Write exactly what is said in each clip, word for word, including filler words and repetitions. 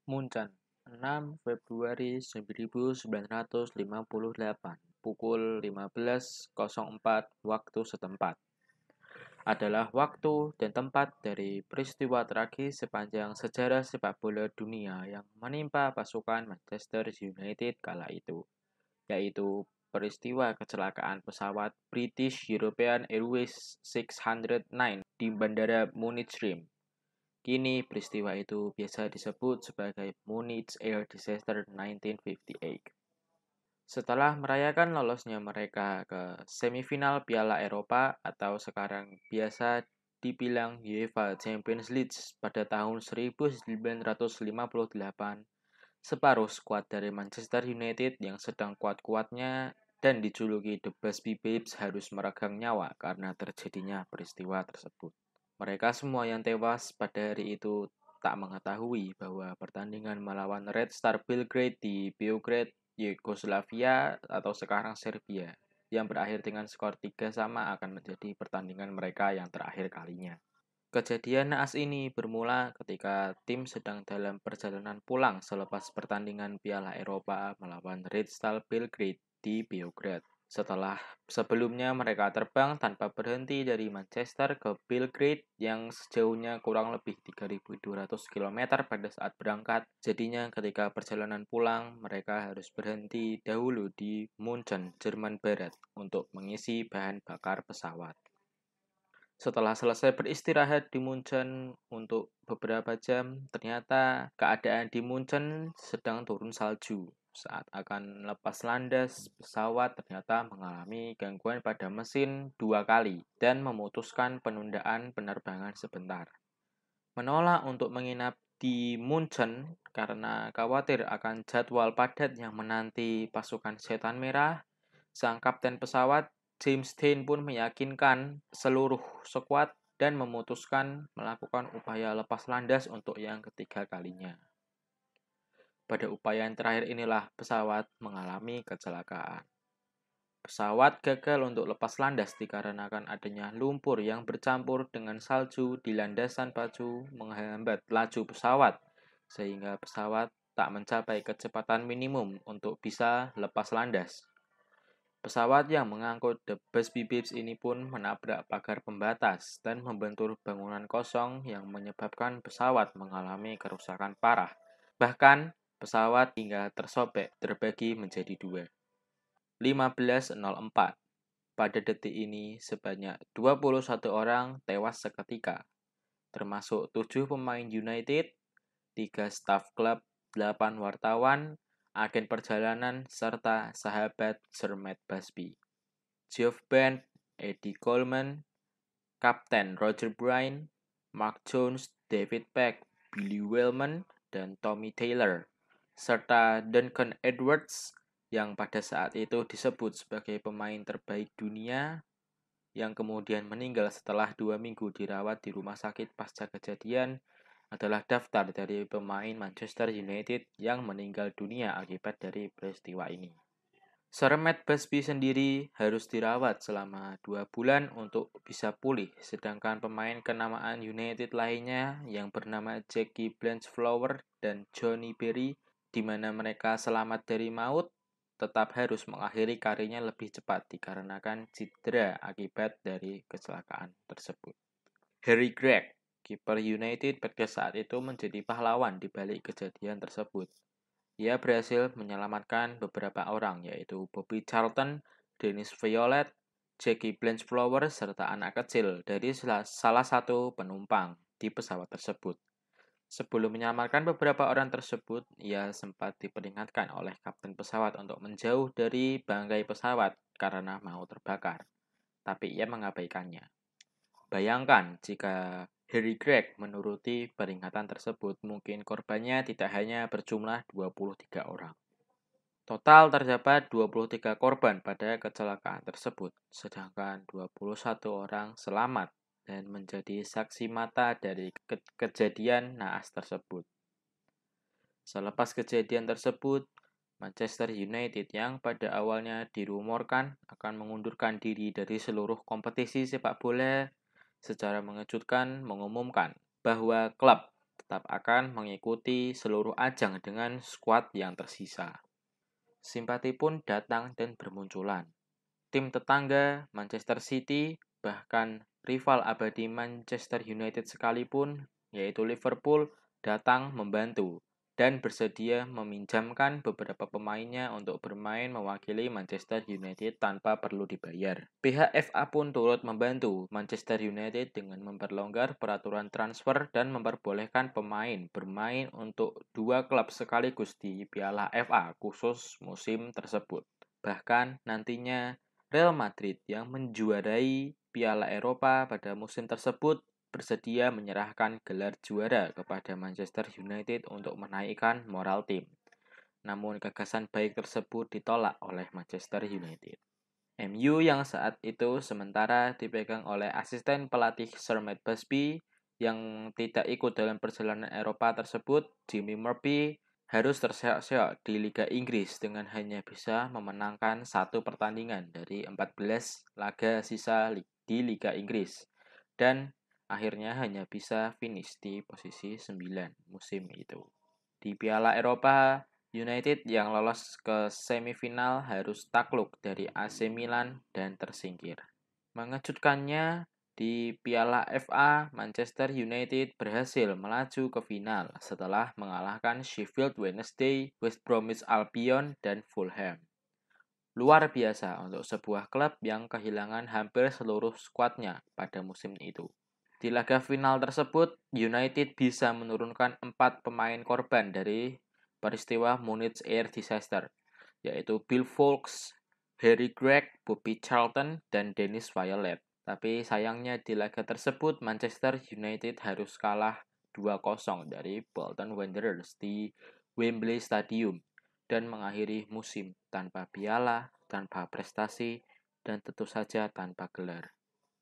Munchen, enam Februari seribu sembilan ratus lima puluh delapan, pukul lima belas nol empat waktu setempat, adalah waktu dan tempat dari peristiwa tragis sepanjang sejarah sepak bola dunia yang menimpa pasukan Manchester United kala itu, yaitu peristiwa kecelakaan pesawat British European Airways enam nol sembilan di Bandara Munich Rim. Kini peristiwa itu biasa disebut sebagai Munich Air Disaster seribu sembilan ratus lima puluh delapan. Setelah merayakan lolosnya mereka ke semifinal Piala Eropa atau sekarang biasa dibilang UEFA Champions League pada tahun seribu sembilan ratus lima puluh delapan, separuh skuad dari Manchester United yang sedang kuat-kuatnya dan dijuluki The Busby Babes harus meregang nyawa karena terjadinya peristiwa tersebut. Mereka semua yang tewas pada hari itu tak mengetahui bahwa pertandingan melawan Red Star Belgrade di Beograd, Yugoslavia atau sekarang Serbia, yang berakhir dengan skor tiga sama akan menjadi pertandingan mereka yang terakhir kalinya. Kejadian naas ini bermula ketika tim sedang dalam perjalanan pulang selepas pertandingan Piala Eropa melawan Red Star Belgrade di Beograd. Setelah sebelumnya mereka terbang tanpa berhenti dari Manchester ke Belgrade yang sejauhnya kurang lebih tiga ribu dua ratus kilometer pada saat berangkat. Jadinya ketika perjalanan pulang mereka harus berhenti dahulu di Munchen, Jerman Barat untuk mengisi bahan bakar pesawat. Setelah selesai beristirahat di Munchen untuk beberapa jam, ternyata keadaan di Munchen sedang turun salju. Saat akan lepas landas, pesawat ternyata mengalami gangguan pada mesin dua kali dan memutuskan penundaan penerbangan sebentar. Menolak untuk menginap di Munchen karena khawatir akan jadwal padat yang menanti pasukan Setan Merah, sang kapten pesawat James Dean pun meyakinkan seluruh skuad dan memutuskan melakukan upaya lepas landas untuk yang ketiga kalinya. Pada upaya yang terakhir inilah pesawat mengalami kecelakaan. Pesawat gagal untuk lepas landas dikarenakan adanya lumpur yang bercampur dengan salju di landasan pacu menghambat laju pesawat, sehingga pesawat tak mencapai kecepatan minimum untuk bisa lepas landas. Pesawat yang mengangkut The Busby Babes ini pun menabrak pagar pembatas dan membentur bangunan kosong yang menyebabkan pesawat mengalami kerusakan parah. Bahkan, pesawat hingga tersobek terbagi menjadi dua. lima belas nol empat. Pada detik ini, sebanyak dua puluh satu orang tewas seketika, termasuk tujuh pemain United, tiga staf klub, delapan wartawan, agen perjalanan, serta sahabat Sir Matt Busby. Geoff Bent, Eddie Coleman, Kapten Roger Bryan, Mark Jones, David Peck, Billy Wellman, dan Tommy Taylor, serta Duncan Edwards yang pada saat itu disebut sebagai pemain terbaik dunia yang kemudian meninggal setelah dua minggu dirawat di rumah sakit pasca kejadian adalah daftar dari pemain Manchester United yang meninggal dunia akibat dari peristiwa ini. Sir Matt Busby sendiri harus dirawat selama dua bulan untuk bisa pulih, sedangkan pemain kenamaan United lainnya yang bernama Jackie Blanchflower dan Johnny Berry, di mana mereka selamat dari maut, tetap harus mengakhiri karirnya lebih cepat dikarenakan cedera akibat dari kecelakaan tersebut. Harry Gregg, kiper United pada saat itu menjadi pahlawan di balik kejadian tersebut. Ia berhasil menyelamatkan beberapa orang, yaitu Bobby Charlton, Dennis Violet, Jackie Blanchflower, serta anak kecil dari salah satu penumpang di pesawat tersebut. Sebelum menyelamatkan beberapa orang tersebut, ia sempat diperingatkan oleh kapten pesawat untuk menjauh dari bangkai pesawat karena mau terbakar, tapi ia mengabaikannya. Bayangkan jika Harry Gregg menuruti peringatan tersebut, mungkin korbannya tidak hanya berjumlah dua puluh tiga orang. Total terdapat dua puluh tiga korban pada kecelakaan tersebut, sedangkan dua puluh satu orang selamat dan menjadi saksi mata dari ke- kejadian naas tersebut. Selepas kejadian tersebut, Manchester United yang pada awalnya dirumorkan akan mengundurkan diri dari seluruh kompetisi sepak bola secara mengejutkan mengumumkan bahwa klub tetap akan mengikuti seluruh ajang dengan skuad yang tersisa. Simpati pun datang dan bermunculan. Tim tetangga, Manchester City, bahkan rival abadi Manchester United sekalipun, yaitu Liverpool, datang membantu dan bersedia meminjamkan beberapa pemainnya untuk bermain mewakili Manchester United tanpa perlu dibayar. Pihak F A pun turut membantu Manchester United dengan memperlonggar peraturan transfer dan memperbolehkan pemain bermain untuk dua klub sekaligus di Piala F A khusus musim tersebut. Bahkan nantinya Real Madrid yang menjuarai Piala Eropa pada musim tersebut bersedia menyerahkan gelar juara kepada Manchester United untuk menaikkan moral tim. Namun gagasan baik tersebut ditolak oleh Manchester United. M U yang saat itu sementara dipegang oleh asisten pelatih Sir Matt Busby yang tidak ikut dalam perjalanan Eropa tersebut, Jimmy Murphy, harus terseok-seok di Liga Inggris dengan hanya bisa memenangkan satu pertandingan dari empat belas laga sisa di Liga Inggris dan akhirnya hanya bisa finish di posisi sembilan musim itu. Di Piala Eropa, United yang lolos ke semifinal harus takluk dari A C Milan dan tersingkir. Mengejutkannya, di Piala F A, Manchester United berhasil melaju ke final setelah mengalahkan Sheffield Wednesday, West Bromwich Albion, dan Fulham. Luar biasa untuk sebuah klub yang kehilangan hampir seluruh skuadnya pada musim itu. Di laga final tersebut, United bisa menurunkan empat pemain korban dari peristiwa Munich Air Disaster, yaitu Bill Foulkes, Harry Gregg, Bobby Charlton, dan Dennis Viollet. Tapi sayangnya di laga tersebut Manchester United harus kalah dua kosong dari Bolton Wanderers di Wembley Stadium dan mengakhiri musim tanpa piala, tanpa prestasi, dan tentu saja tanpa gelar.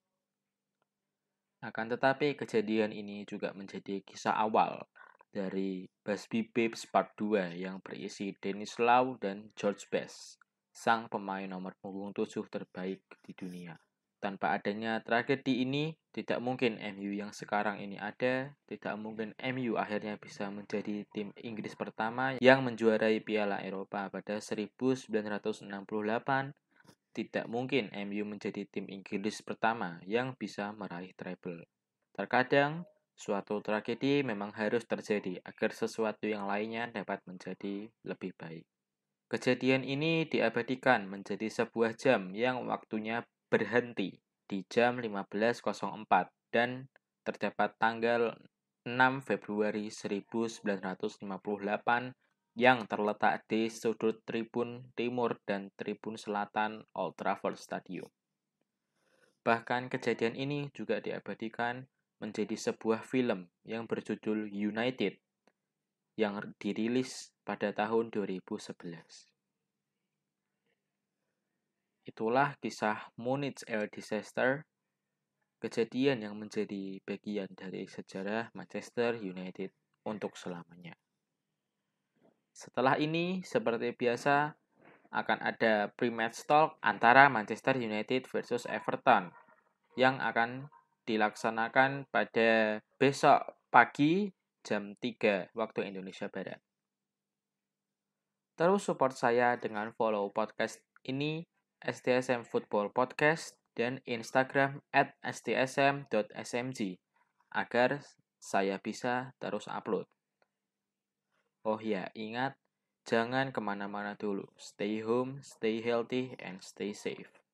Akan tetapi kejadian ini juga menjadi kisah awal dari Busby Babes Part dua yang berisi Dennis Law dan George Best, sang pemain nomor punggung tujuh terbaik di dunia. Tanpa adanya tragedi ini, tidak mungkin M U yang sekarang ini ada, tidak mungkin M U akhirnya bisa menjadi tim Inggris pertama yang menjuarai Piala Eropa pada seribu sembilan ratus enam puluh delapan. Tidak mungkin M U menjadi tim Inggris pertama yang bisa meraih treble. Terkadang, suatu tragedi memang harus terjadi agar sesuatu yang lainnya dapat menjadi lebih baik. Kejadian ini diabadikan menjadi sebuah jam yang waktunya berhenti di jam lima belas nol empat dan terdapat tanggal enam Februari seribu sembilan ratus lima puluh delapan yang terletak di sudut tribun timur dan tribun selatan Old Trafford Stadium. Bahkan kejadian ini juga diabadikan menjadi sebuah film yang berjudul United yang dirilis pada tahun dua ribu sebelas. Itulah kisah Munich Air Disaster, kejadian yang menjadi bagian dari sejarah Manchester United untuk selamanya. Setelah ini, seperti biasa, akan ada pre-match talk antara Manchester United versus Everton yang akan dilaksanakan pada besok pagi jam tiga waktu Indonesia Barat. Terus support saya dengan follow podcast ini S T S M Football Podcast dan Instagram at s t s m dot s m g agar saya bisa terus upload. Oh ya, ingat, jangan kemana-mana dulu. Stay home, stay healthy, and stay safe.